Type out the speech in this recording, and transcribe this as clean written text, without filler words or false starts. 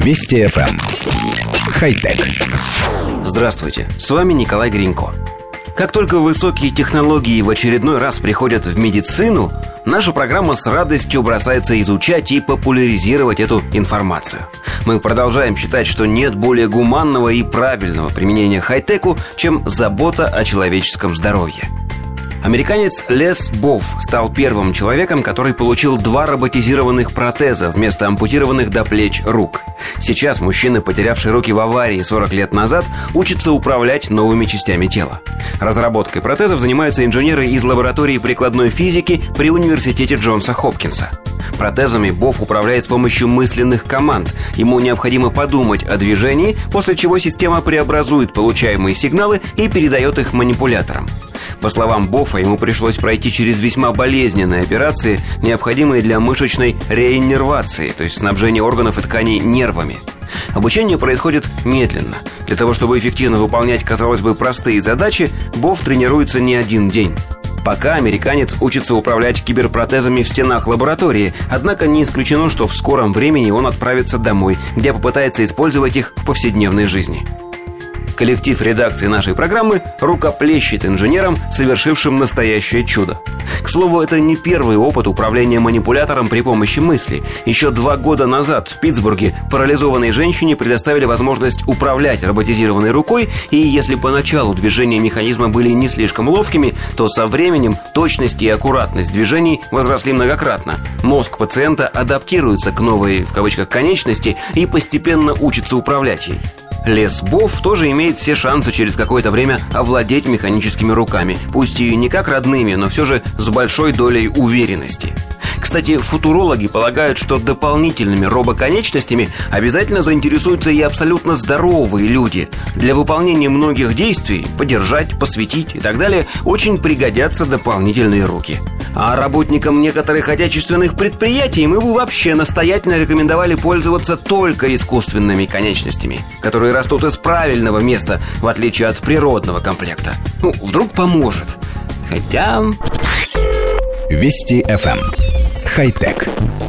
Вести ФМ. Хай-тек. Здравствуйте, с вами Николай Гринько. Как только высокие технологии в очередной раз приходят в медицину, наша программа с радостью бросается изучать и популяризировать эту информацию. Мы продолжаем считать, что нет более гуманного и правильного применения хай-теку, чем забота о человеческом здоровье. Американец Les Boff стал первым человеком, который получил 2 роботизированных протеза вместо ампутированных до плеч рук. Сейчас мужчина, потерявший руки в аварии 40 лет назад, учится управлять новыми частями тела. Разработкой протезов занимаются инженеры из лаборатории прикладной физики при университете Джонса Хопкинса. Протезами Бофф управляет с помощью мысленных команд. Ему необходимо подумать о движении, после чего система преобразует получаемые сигналы и передает их манипуляторам. По словам Боффа, ему пришлось пройти через весьма болезненные операции, необходимые для мышечной реиннервации, то есть снабжения органов и тканей нервами. Обучение происходит медленно. Для того, чтобы эффективно выполнять, казалось бы, простые задачи, Бофф тренируется не один день. Пока американец учится управлять киберпротезами в стенах лаборатории, однако не исключено, что в скором времени он отправится домой, где попытается использовать их в повседневной жизни. Коллектив редакции нашей программы рукоплещет инженерам, совершившим настоящее чудо. К слову, это не первый опыт управления манипулятором при помощи мысли. Еще 2 года назад в Питтсбурге парализованной женщине предоставили возможность управлять роботизированной рукой, и если поначалу движения механизма были не слишком ловкими, то со временем точность и аккуратность движений возросли многократно. Мозг пациента адаптируется к новой, в кавычках, конечности и постепенно учится управлять ей. Les Boff тоже имеет все шансы через какое-то время овладеть механическими руками, пусть и не как родными, но все же с большой долей уверенности. Кстати, футурологи полагают, что дополнительными робоконечностями обязательно заинтересуются и абсолютно здоровые люди. Для выполнения многих действий, подержать, посветить и так далее, очень пригодятся дополнительные руки. А работникам некоторых отечественных предприятий мы бы вообще настоятельно рекомендовали пользоваться только искусственными конечностями, которые растут из правильного места, в отличие от природного комплекта. Вдруг поможет. Хотя... Вести ФМ. Хай-тек.